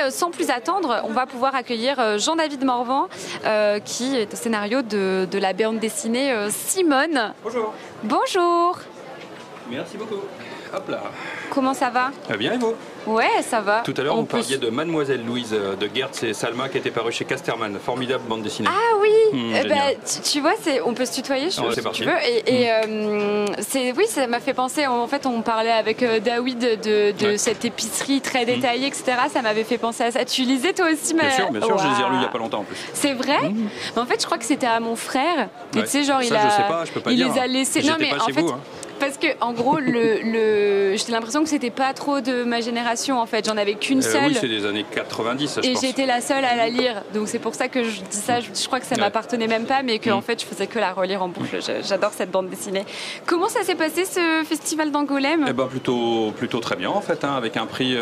sans plus attendre, on va pouvoir accueillir Jean-David Morvan, qui est au scénario de la bande dessinée Simone. Bonjour. Bonjour. Merci beaucoup. Hop là. Comment ça va? Bien et vous? Ouais, ça va. Tout à l'heure, vous parliez de Mademoiselle Louise de Gertz et Salma qui était paru chez Casterman. Formidable bande dessinée. Ah oui, tu vois, on peut se tutoyer si tu veux. Oui, ça m'a fait penser, en fait, on parlait avec David de cette épicerie très détaillée, etc. Ça m'avait fait penser à ça. Tu lisais toi aussi, Bien sûr, je les ai relus il n'y a pas longtemps en plus. C'est vrai? Mais en fait, je crois que c'était à mon frère. Et tu sais, genre, ça, je sais pas, je peux pas dire. Les a laissés. Non, mais en fait. Parce que en gros, j'ai l'impression que c'était pas trop de ma génération en fait. J'en avais qu'une seule. Oui, c'est des années 90, ça, je pense. Et j'étais la seule à la lire. Donc c'est pour ça que je dis ça. Je crois que ça m'appartenait même pas, mais qu'en fait, je faisais que la relire en boucle. J'adore cette bande dessinée. Comment ça s'est passé ce festival d'Angoulême? Plutôt très bien en fait, avec un prix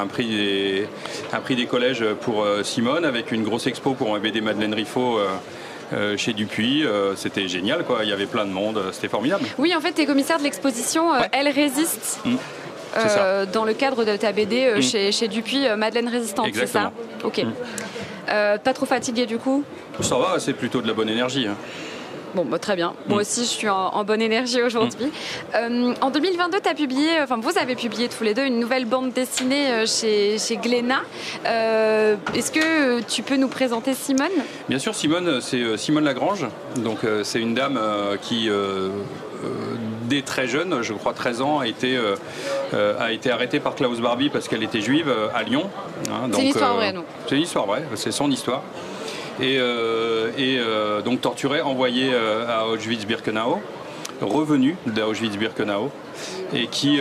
des collèges pour Simone, avec une grosse expo pour un BD Madeleine Riffaut. Chez Dupuis, c'était génial quoi, il y avait plein de monde, c'était formidable. Oui, en fait, tu es commissaire de l'exposition Elle résiste. Dans le cadre de ta BD chez Dupuis, Madeleine Résistante, c'est ça? Ok. Pas trop fatigué du coup? Ça va, c'est plutôt de la bonne énergie. Bon, très bien. Moi aussi, je suis en bonne énergie aujourd'hui. En 2022, vous avez publié tous les deux une nouvelle bande dessinée chez Glénat. Est-ce que tu peux nous présenter Simone? Bien sûr, Simone, c'est Simone Lagrange. Donc, c'est une dame qui, dès très jeune, je crois 13 ans, a été arrêtée par Klaus Barbie parce qu'elle était juive à Lyon. C'est une histoire vraie, non? C'est une histoire vraie, c'est son histoire. Et donc torturé, envoyé à Auschwitz-Birkenau, revenu d'Auschwitz-Birkenau, et qui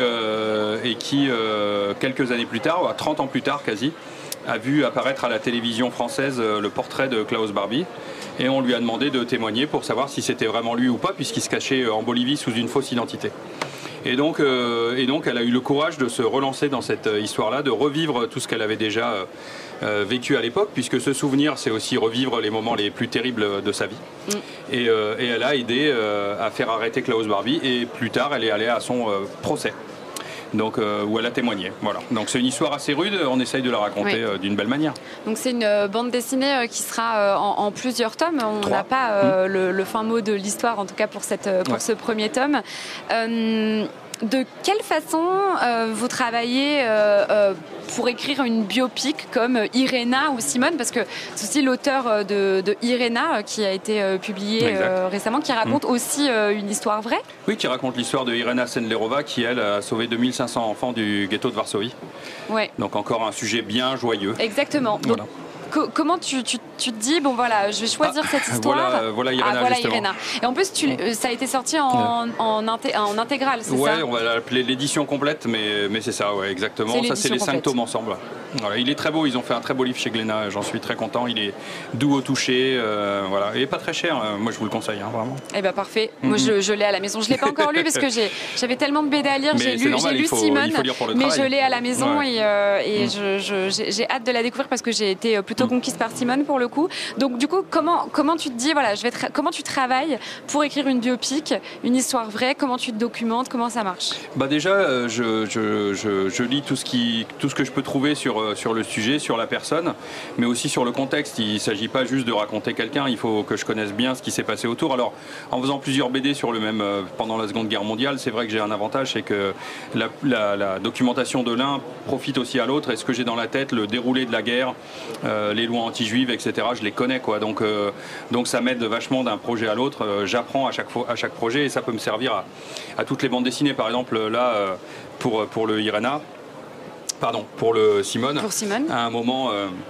quelques années plus tard, 30 ans plus tard quasi, a vu apparaître à la télévision française le portrait de Klaus Barbie, et on lui a demandé de témoigner pour savoir si c'était vraiment lui ou pas, puisqu'il se cachait en Bolivie sous une fausse identité. Et donc elle a eu le courage de se relancer dans cette histoire-là, de revivre tout ce qu'elle avait déjà vécu à l'époque, puisque ce souvenir, c'est aussi revivre les moments les plus terribles de sa vie. Et elle a aidé à faire arrêter Klaus Barbie, et plus tard, elle est allée à son procès. Donc, où elle a témoigné. Voilà. Donc c'est une histoire assez rude, on essaye de la raconter d'une belle manière. Donc c'est une bande dessinée qui sera en plusieurs tomes. On n'a pas le fin mot de l'histoire, en tout cas pour ce premier tome. De quelle façon vous travaillez pour écrire une biopic comme Irena ou Simone? Parce que c'est aussi l'auteur de Irena qui a été publié récemment, qui raconte aussi une histoire vraie. Oui, qui raconte l'histoire de Irena Sendlerova qui, elle, a sauvé 2500 enfants du ghetto de Varsovie. Ouais. Donc encore un sujet bien joyeux. Exactement. Donc, voilà. Comment tu te dis, bon voilà, je vais choisir cette histoire. Voilà Irena, Irena. Et en plus, ça a été sorti en intégrale, c'est ça? Ouais, on va l'appeler l'édition complète, mais c'est ça, ouais, exactement. Ça, c'est les 5 tomes ensemble. Voilà, il est très beau, ils ont fait un très beau livre chez Glénat, j'en suis très content. Il est doux au toucher, voilà. Il n'est pas très cher, moi je vous le conseille, vraiment. Eh bien parfait, moi je l'ai à la maison. Je ne l'ai pas encore lu parce que j'avais tellement de BD à lire. J'ai lu Simone, mais je l'ai à la maison et j'ai hâte de la découvrir parce que j'ai été plutôt conquise par Simone pour le coup. Donc du coup, comment tu te dis, voilà, comment tu travailles pour écrire une biopic, une histoire vraie? Comment tu te documentes? Comment ça marche? Déjà, je lis tout ce que je peux trouver sur le sujet, sur la personne, mais aussi sur le contexte. Il ne s'agit pas juste de raconter quelqu'un, il faut que je connaisse bien ce qui s'est passé autour. Alors, en faisant plusieurs BD sur le même pendant la Seconde Guerre mondiale, c'est vrai que j'ai un avantage, c'est que la documentation de l'un profite aussi à l'autre, et ce que j'ai dans la tête, le déroulé de la guerre, les lois anti-juives, etc., je les connais, quoi. Donc ça m'aide vachement d'un projet à l'autre. J'apprends à chaque projet, et ça peut me servir à toutes les bandes dessinées. Par exemple, là, pour le Irena, pour le Simone. Pour Simone. À un moment,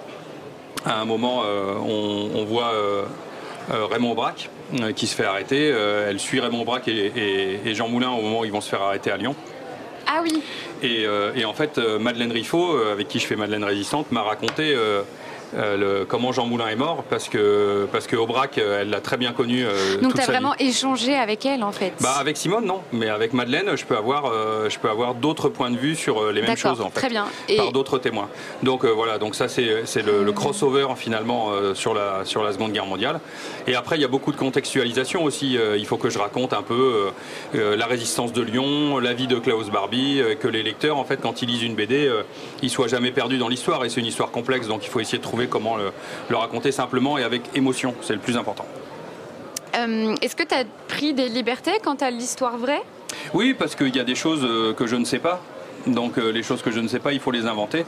on voit Raymond Braque qui se fait arrêter. Elle suit Raymond Braque et Jean Moulin au moment où ils vont se faire arrêter à Lyon. Ah oui. Et en fait, Madeleine Riffaut, avec qui je fais Madeleine Résistante, m'a raconté comment Jean Moulin est mort, parce que Aubrac, elle l'a très bien connu. Donc tu as vraiment échangé avec elle en fait. Avec Simone non, mais avec Madeleine, je peux avoir d'autres points de vue sur les mêmes choses en fait. Très bien. Par d'autres témoins. Donc voilà, donc ça c'est le crossover finalement sur la Seconde Guerre mondiale. Et après il y a beaucoup de contextualisation aussi. Il faut que je raconte un peu la résistance de Lyon, la vie de Klaus Barbie, que les lecteurs en fait quand ils lisent une BD, ils soient jamais perdus dans l'histoire. Et c'est une histoire complexe, donc il faut essayer de trouver comment le raconter simplement et avec émotion. C'est le plus important. Est-ce que tu as pris des libertés quant à l'histoire vraie ? Oui, parce qu'il y a des choses que je ne sais pas. Donc les choses que je ne sais pas, il faut les inventer,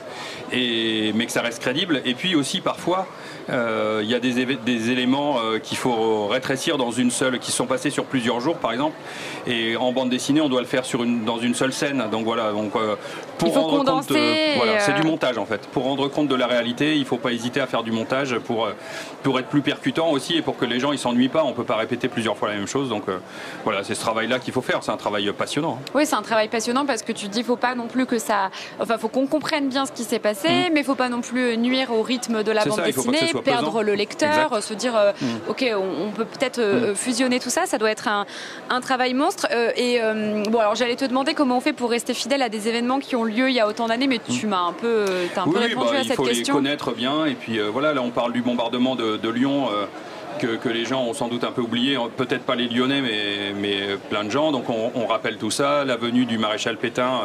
mais que ça reste crédible. Et puis aussi parfois, il y a des éléments qu'il faut rétrécir dans une seule, qui sont passés sur plusieurs jours par exemple. Et en bande dessinée, on doit le faire dans une seule scène. Donc voilà, pour il faut rendre condenser. Compte, c'est du montage en fait. Pour rendre compte de la réalité, il ne faut pas hésiter à faire du montage pour être plus percutant aussi et pour que les gens ils s'ennuient pas. On ne peut pas répéter plusieurs fois la même chose. Donc voilà, c'est ce travail-là qu'il faut faire. C'est un travail passionnant. Oui, c'est un travail passionnant parce que tu dis, faut pas non plus que ça, faut qu'on comprenne bien ce qui s'est passé, mais faut pas non plus nuire au rythme de la bande dessinée, perdre le lecteur, se dire, ok, on peut peut-être fusionner tout ça. Ça doit être un travail monstre. Alors j'allais te demander comment on fait pour rester fidèle à des événements qui ont lieu il y a autant d'années, mais tu m'as un peu, répondu à cette question. Il faut les connaître bien. Et puis voilà, là on parle du bombardement de Lyon. Que les gens ont sans doute un peu oublié, peut-être pas les Lyonnais, mais plein de gens. Donc on rappelle tout ça, la venue du maréchal Pétain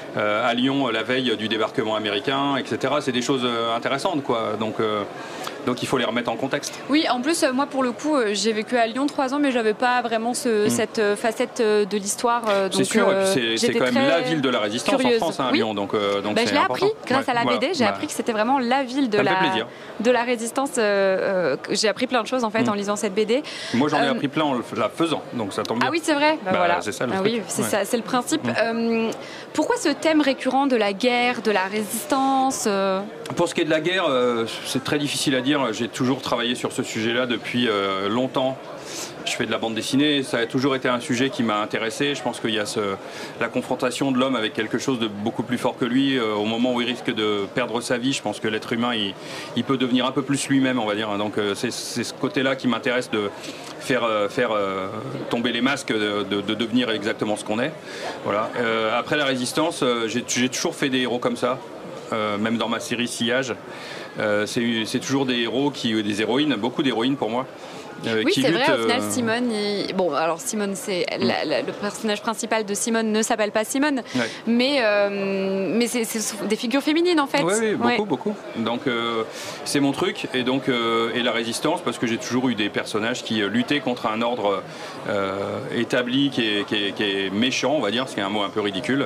à Lyon la veille du débarquement américain, etc. C'est des choses intéressantes, quoi. Donc il faut les remettre en contexte. Oui, en plus, moi pour le coup, j'ai vécu à Lyon 3 ans, mais j'avais pas vraiment cette facette de l'histoire. C'est sûr, c'est quand même la ville de la résistance curieuse. En France, Lyon. Donc je l'ai appris grâce à la BD, j'ai appris que c'était vraiment la ville de la résistance. J'ai appris plein de choses en fait en lisant cette BD. Moi j'en ai appris plein en la faisant, donc ça tombe bien. Ah oui, c'est vrai. Voilà. C'est ça le truc. Oui, c'est le principe. Pourquoi ce thème récurrent de la guerre, de la résistance Pour ce qui est de la guerre, c'est très difficile à dire. J'ai toujours travaillé sur ce sujet-là depuis longtemps. Je fais de la bande dessinée, ça a toujours été un sujet qui m'a intéressé. Je pense qu'il y a la confrontation de l'homme avec quelque chose de beaucoup plus fort que lui. Au moment où il risque de perdre sa vie, je pense que l'être humain, il peut devenir un peu plus lui-même, on va dire. Donc c'est ce côté-là qui m'intéresse de faire tomber les masques, de devenir exactement ce qu'on est. Voilà. Après la résistance, j'ai toujours fait des héros comme ça. Même dans ma série Sillage, c'est toujours des héros, des héroïnes, beaucoup d'héroïnes pour moi. Oui, c'est vrai, au final, Simone, Simone, c'est le personnage principal de Simone ne s'appelle pas Simone, mais c'est des figures féminines en fait. Oui, beaucoup. Donc c'est mon truc, et donc et la résistance, parce que j'ai toujours eu des personnages qui luttaient contre un ordre établi qui est méchant, on va dire, ce qui est un mot un peu ridicule.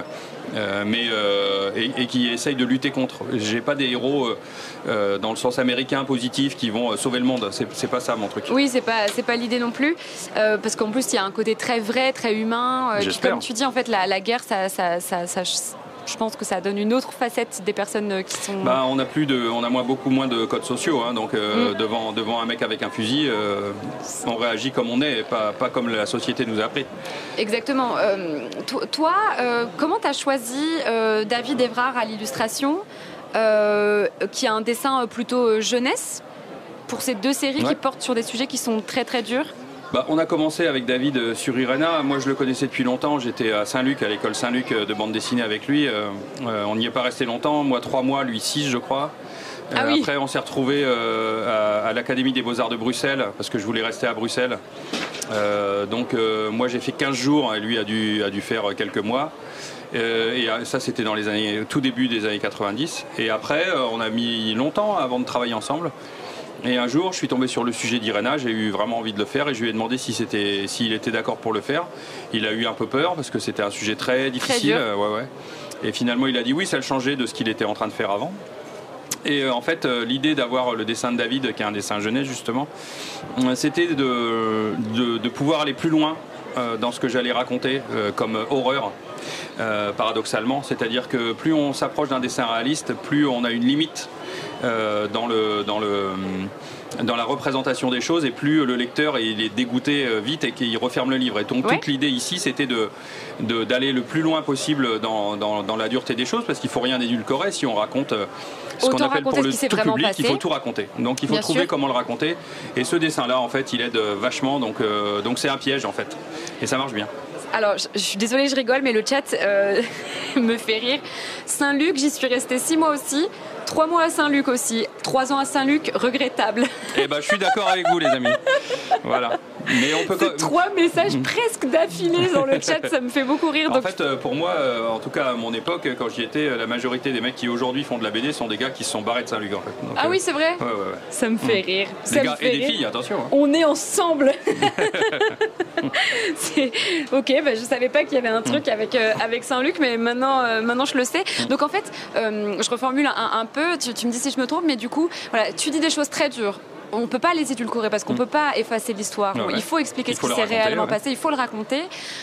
Et qui essayent de lutter contre. J'ai pas des héros dans le sens américain positif qui vont sauver le monde. C'est pas ça mon truc. Oui, c'est pas l'idée non plus, parce qu'en plus il y a un côté très vrai, très humain. J'espère. Comme tu dis, en fait, la guerre, ça je pense que ça donne une autre facette des personnes qui sont. On a beaucoup moins de codes sociaux, hein, donc devant un mec avec un fusil, on réagit comme on est, pas comme la société nous a appris. Exactement. Toi, comment tu as choisi David Evrard à l'illustration, qui a un dessin plutôt jeunesse, pour ces deux séries qui portent sur des sujets qui sont très très durs? On a commencé avec David sur Irena. Moi, je le connaissais depuis longtemps. J'étais à Saint-Luc, à l'école Saint-Luc de bande dessinée avec lui. On n'y est pas resté longtemps. Moi, 3 mois, lui 6, je crois. Après, on s'est retrouvés à l'Académie des Beaux-Arts de Bruxelles, parce que je voulais rester à Bruxelles. Moi, j'ai fait 15 jours et lui a dû faire quelques mois. Et ça, c'était dans tout début des années 90. Et après, on a mis longtemps avant de travailler ensemble. Et un jour, je suis tombé sur le sujet d'Irena, j'ai eu vraiment envie de le faire et je lui ai demandé s'il était d'accord pour le faire. Il a eu un peu peur parce que c'était un sujet très difficile. Très Et finalement, il a dit oui, ça le changeait de ce qu'il était en train de faire avant. Et en fait, l'idée d'avoir le dessin de David, qui est un dessin jeunesse justement, c'était de pouvoir aller plus loin dans ce que j'allais raconter comme horreur. Paradoxalement, c'est-à-dire que plus on s'approche d'un dessin réaliste, plus on a une limite dans dans la représentation des choses, et plus le lecteur il est dégoûté vite et qu'il referme le livre. Et donc toute l'idée ici, c'était d'aller le plus loin possible dans la dureté des choses, parce qu'il ne faut rien édulcorer. Si on raconte ce qu'on appelle pour le tout public, il faut tout raconter. Donc il faut trouver comment le raconter. Et ce dessin-là, en fait, il aide vachement. Donc c'est un piège, en fait. Et ça marche bien. Alors, je suis désolée, je rigole, mais le chat me fait rire. Saint-Luc, j'y suis restée 6 mois aussi. 3 mois à Saint-Luc aussi. 3 ans à Saint-Luc, regrettable. Eh ben, je suis d'accord avec vous, les amis. Voilà. Mais on peut. C'est 3 messages presque d'affilée dans le chat, ça me fait beaucoup rire. En fait, pour moi, en tout cas à mon époque, quand j'y étais, la majorité des mecs qui aujourd'hui font de la BD sont des gars qui se sont barrés de Saint-Luc, en fait. Donc, oui, c'est vrai. Ouais. Ça me fait rire. Des gars et des filles, attention. Hein. On est ensemble. Ok, je savais pas qu'il y avait un truc avec Saint-Luc, mais maintenant je le sais. Donc en fait, je reformule un peu. Tu me dis si je me trompe, mais du coup, voilà, tu dis des choses très dures. On ne peut pas les édulcorer parce qu'on ne peut pas effacer l'histoire. Il faut expliquer ce qui s'est réellement passé, il faut le raconter.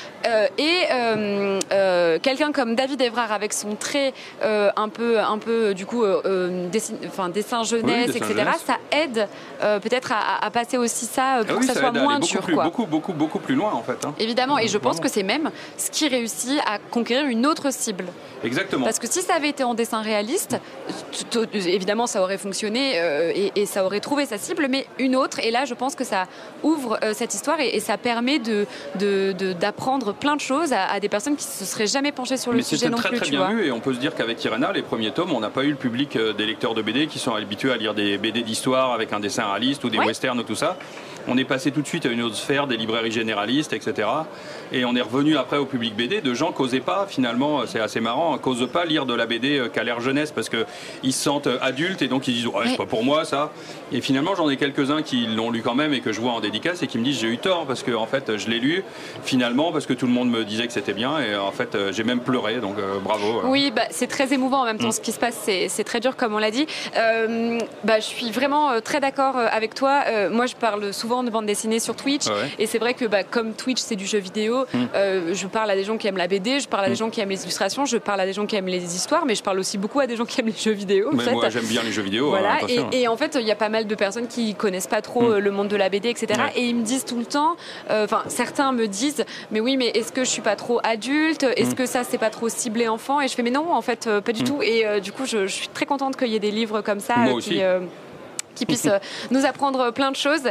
Quelqu'un comme David Evrard avec son trait un peu du coup dessin jeunesse, etc. Ça aide peut-être à passer aussi ça pour que ça soit moins dur. Beaucoup plus loin en fait. Hein. Évidemment, et je pense que c'est même ce qui réussit à conquérir une autre cible. Exactement. Parce que si ça avait été en dessin réaliste, évidemment ça aurait fonctionné et ça aurait trouvé sa cible, mais une autre. Et là, je pense que ça ouvre cette histoire et ça permet d'apprendre plein de choses à des personnes qui se seraient jamais penchées sur le sujet non plus. Mais c'était très bien vu, et on peut se dire qu'avec Irena, les premiers tomes, on n'a pas eu le public des lecteurs de BD qui sont habitués à lire des BD d'histoire avec un dessin réaliste ou des westerns ou tout ça. On est passé tout de suite à une autre sphère, des librairies généralistes, etc. Et on est revenu après au public BD de gens qui n'osaient pas, finalement, c'est assez marrant, qui n'osent pas lire de la BD qui a l'air jeunesse parce qu'ils se sentent adultes et donc ils disent c'est pas pour moi ça. Et finalement, j'en ai quelques-uns qui l'ont lu quand même et que je vois en dédicace et qui me disent j'ai eu tort parce que en fait je l'ai lu finalement parce que tout le monde me disait que c'était bien et en fait j'ai même pleuré, donc bravo. Oui, c'est très émouvant en même temps ce qui se passe, c'est très dur comme on l'a dit. Je suis vraiment très d'accord avec toi. Moi je parle souvent de bande dessinée sur Twitch et c'est vrai que comme Twitch c'est du jeu vidéo, je parle à des gens qui aiment la BD, je parle à des gens qui aiment les illustrations, je parle à des gens qui aiment les histoires, mais je parle aussi beaucoup à des gens qui aiment les jeux vidéo. Moi j'aime bien les jeux vidéo. Voilà. Et en fait il y a pas mal de personnes qui connaissent pas trop le monde de la BD, etc. Et ils me disent tout le temps, certains me disent mais oui, mais est-ce que je suis pas trop adulte, est-ce que ça c'est pas trop ciblé enfant, et je fais mais non en fait pas du tout. Et du coup je suis très contente qu'il y ait des livres comme ça qui puisse nous apprendre plein de choses.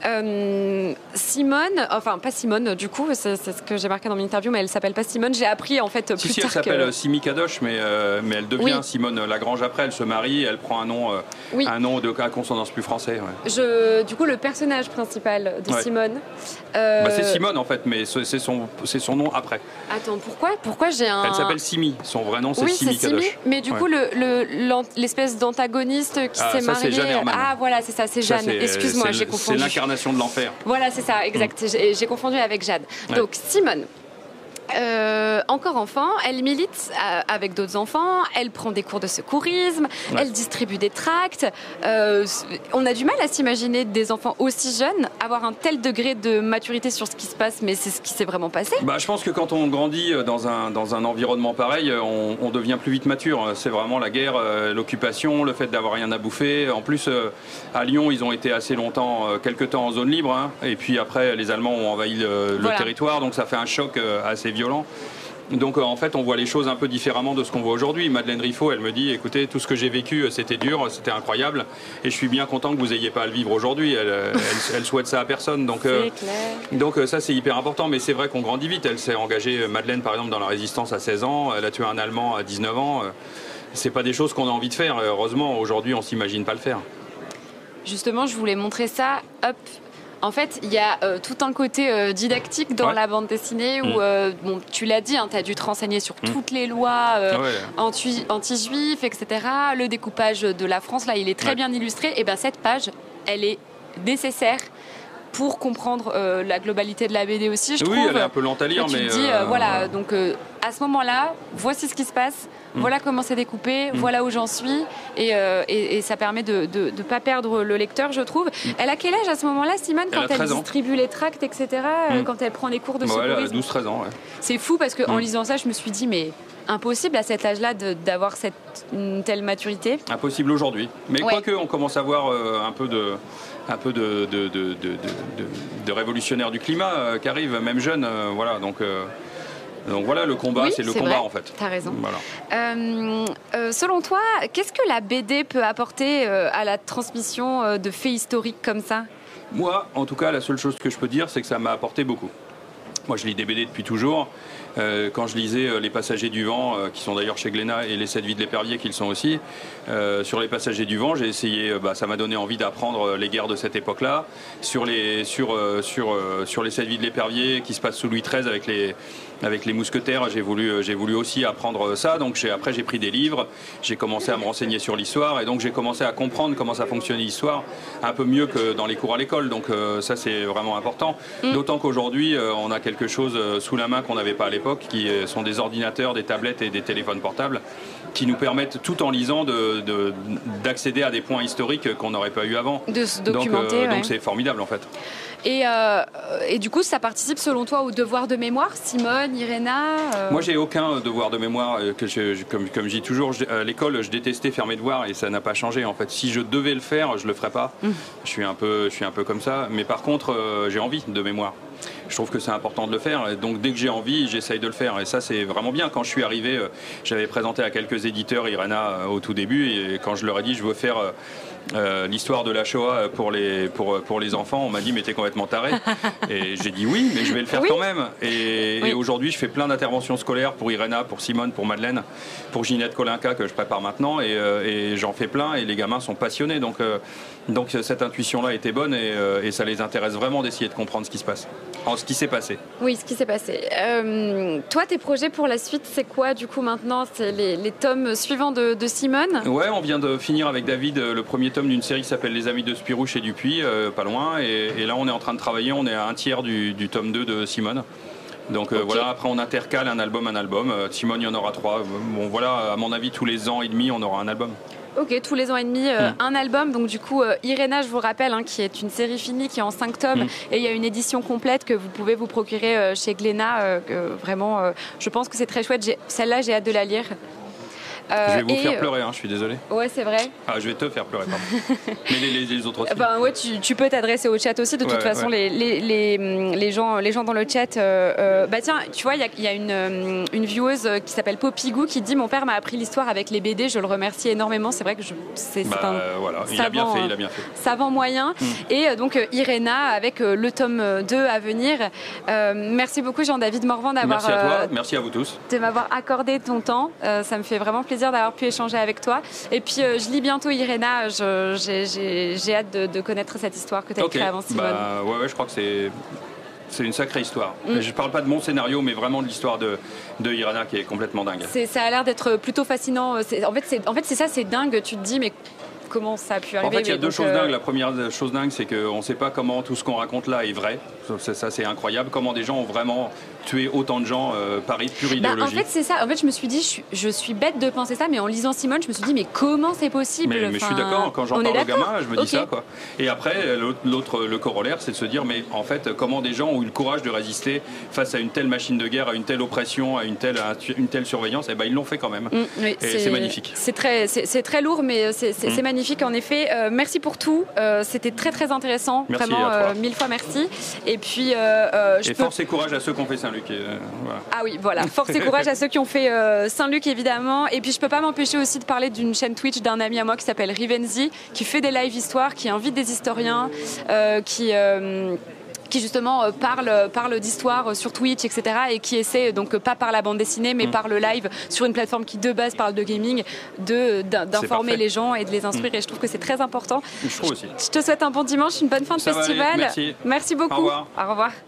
Simone, enfin pas Simone, du coup, c'est ce que j'ai marqué dans mon interview, mais elle s'appelle pas Simone. J'ai appris en fait plus tard elle s'appelle Simi Kadosh, mais elle devient Simone Lagrange après. Elle se marie, elle prend un nom à consonance plus français. Ouais. Du coup, le personnage principal de Simone. C'est Simone en fait, mais c'est son nom après. Attends, pourquoi j'ai un. Elle s'appelle Simi. Son vrai nom c'est Simi Kadosh. Simi, mais du coup l'espèce d'antagoniste qui s'est marié. C'est Jeanne Herman. Ah voilà, c'est ça, c'est Jeanne. Excuse-moi, j'ai confondu. C'est l'incarnation de l'enfer. Voilà, c'est ça, exact. J'ai confondu avec Jade. Donc Simone. Encore enfant, elle milite avec d'autres enfants, elle prend des cours de secourisme, elle distribue des tracts. On a du mal à s'imaginer des enfants aussi jeunes avoir un tel degré de maturité sur ce qui se passe, mais c'est ce qui s'est vraiment passé. Je pense que quand on grandit dans un environnement pareil, on devient plus vite mature. C'est vraiment la guerre, l'occupation, le fait d'avoir rien à bouffer. En plus, à Lyon, ils ont été assez longtemps, quelques temps en zone libre, hein, et puis après, les Allemands ont envahi le territoire, donc ça fait un choc assez violent. Donc en fait on voit les choses un peu différemment de ce qu'on voit aujourd'hui. Madeleine Riffaut, elle me dit écoutez, tout ce que j'ai vécu c'était dur, c'était incroyable et je suis bien content que vous n'ayez pas à le vivre aujourd'hui. Elle souhaite ça à personne, donc ça c'est hyper important. Mais c'est vrai qu'on grandit vite. Elle s'est engagée, Madeleine par exemple, dans la résistance à 16 ans, elle a tué un Allemand à 19 ans. C'est pas des choses qu'on a envie de faire. Heureusement aujourd'hui on s'imagine pas le faire. Justement je voulais montrer ça. Hop. En fait, il y a tout un côté didactique dans la bande dessinée où, tu l'as dit, tu as dû te renseigner sur toutes les lois anti-juifs, etc. Le découpage de la France, là, il est très bien illustré. Et bien, cette page, elle est nécessaire pour comprendre la globalité de la BD aussi, je trouve. Oui, elle est un peu lente à lire, mais... Tu te dis, donc, à ce moment-là, voici ce qui se passe, voilà comment c'est découpé, voilà où j'en suis, et ça permet de ne pas perdre le lecteur, je trouve. Elle a quel âge à ce moment-là, Simone, quand elle distribue les tracts, etc., quand elle prend des cours de secourisme? Elle a 12-13 ans, ouais. C'est fou parce qu'en lisant ça, je me suis dit, mais impossible à cet âge-là d'avoir une telle maturité. Impossible aujourd'hui. Mais quoique, on commence à voir un peu de révolutionnaire du climat qui arrive, même jeune. Voilà, donc voilà, le combat, c'est le combat vrai. En fait. T'as raison. Voilà. Selon toi, qu'est-ce que la BD peut apporter à la transmission de faits historiques comme ça? Moi, en tout cas, la seule chose que je peux dire, c'est que ça m'a apporté beaucoup. Moi, je lis des BD depuis toujours. Quand je lisais Les Passagers du Vent, qui sont d'ailleurs chez Glénat, et Les 7 vies de l'Épervier, qui le sont aussi, sur Les Passagers du Vent, j'ai essayé, ça m'a donné envie d'apprendre les guerres de cette époque-là. Sur les 7 vies de l'Épervier, qui se passent sous Louis XIII avec les mousquetaires, j'ai voulu aussi apprendre ça. Donc après, j'ai pris des livres, j'ai commencé à me renseigner sur l'histoire, et donc j'ai commencé à comprendre comment ça fonctionnait l'histoire, un peu mieux que dans les cours à l'école. Donc ça, c'est vraiment important. D'autant qu'aujourd'hui, on a quelque chose sous la main qu'on n'avait pas à l'époque, qui sont des ordinateurs, des tablettes et des téléphones portables, qui nous permettent, tout en lisant, d'accéder à des points historiques qu'on n'aurait pas eu avant. De se documenter. Donc c'est formidable en fait. Et du coup, ça participe selon toi au devoir de mémoire, Simone, Irena Moi, j'ai aucun devoir de mémoire. Comme je dis toujours, à l'école, je détestais faire mes devoirs et ça n'a pas changé. En fait, si je devais le faire, je le ferais pas. Je suis un peu comme ça. Mais par contre, j'ai envie de mémoire. Je trouve que c'est important de le faire. Et donc, dès que j'ai envie, j'essaye de le faire. Et ça, c'est vraiment bien. Quand je suis arrivé, j'avais présenté à quelques éditeurs Irena au tout début. Et quand je leur ai dit, je veux faire l'histoire de la Shoah pour les enfants, on m'a dit mais t'es complètement taré. Et j'ai dit oui, mais je vais le faire quand même. Et aujourd'hui, je fais plein d'interventions scolaires pour Irena, pour Simone, pour Madeleine, pour Ginette Kolinka que je prépare maintenant, et j'en fais plein, et les gamins sont passionnés. Donc cette intuition-là était bonne, et ça les intéresse vraiment d'essayer de comprendre ce qui se passe, ce qui s'est passé. Oui, ce qui s'est passé. Toi, tes projets pour la suite, c'est quoi du coup maintenant? C'est les tomes suivants de Simone? Ouais, on vient de finir avec David le premier tome d'une série qui s'appelle Les Amis de Spirou chez Dupuis, pas loin, et là on est en train de travailler, on est à un tiers du tome 2 de Simone. Donc voilà, après on intercale un album. Simone, il y en aura 3. Bon voilà, à mon avis, tous les ans et demi, on aura un album. Ok, tous les ans et demi, un album. Donc du coup, Irena, je vous rappelle, qui est une série finie, qui est en 5 tomes, et il y a une édition complète que vous pouvez vous procurer chez Glénat. Vraiment, je pense que c'est très chouette. Celle-là, j'ai hâte de la lire. Je vais vous faire pleurer, je suis désolé. Ouais, c'est vrai. Ah, je vais te faire pleurer, pardon. Mais les autres aussi. Ouais, tu peux t'adresser au chat aussi. De toute façon, les gens dans le chat. Tiens, tu vois, il y a une vieweuse qui s'appelle Popigou qui dit mon père m'a appris l'histoire avec les BD. Je le remercie énormément. C'est vrai que c'est un il a bien fait. Savant moyen. Et donc Irena avec le tome 2 à venir. Merci beaucoup Jean-David Morvan d'avoir. Merci à toi. Merci à vous tous. De m'avoir accordé ton temps. Ça me fait vraiment plaisir d'avoir pu échanger avec toi. Et puis je lis bientôt Irena. J'ai hâte de connaître cette histoire que tu as écrite avant Simone. Ouais, je crois que c'est une sacrée histoire. Je parle pas de mon scénario, mais vraiment de l'histoire de Irena qui est complètement dingue. Ça a l'air d'être plutôt fascinant. En fait, c'est ça, c'est dingue. Tu te dis, mais comment ça a pu arriver? En fait, il y a deux choses dingues. La première chose dingue, c'est qu'on ne sait pas comment tout ce qu'on raconte là est vrai. Ça, c'est incroyable. Comment des gens ont vraiment tué autant de gens par pure idéologie. En fait, c'est ça. En fait, je me suis dit, je suis bête de penser ça, mais en lisant Simone, je me suis dit, mais comment c'est possible? Mais je suis d'accord. Quand j'en parle aux gamins, je me dis ça, quoi. Et après, le corollaire, c'est de se dire, mais en fait, comment des gens ont eu le courage de résister face à une telle machine de guerre, à une telle oppression, à une telle surveillance? Et ils l'ont fait quand même. Et c'est magnifique. C'est très lourd, mais c'est magnifique en effet. Merci pour tout. C'était très très intéressant. Merci vraiment, 1000 fois merci. Et puis force et courage à ceux qui ont fait Saint-Luc. Voilà. Ah oui, voilà. Force et courage à ceux qui ont fait Saint-Luc évidemment. Et puis je peux pas m'empêcher aussi de parler d'une chaîne Twitch d'un ami à moi qui s'appelle Rivenzi, qui fait des live histoires, qui invite des historiens, qui justement parle d'histoire sur Twitch, etc. et qui essaie, donc pas par la bande dessinée, mais par le live sur une plateforme qui de base parle de gaming, d'informer les gens et de les instruire. Et je trouve que c'est très important. Je trouve aussi. Je te souhaite un bon dimanche, une bonne fin de festival. Merci. Merci beaucoup. Au revoir. Au revoir.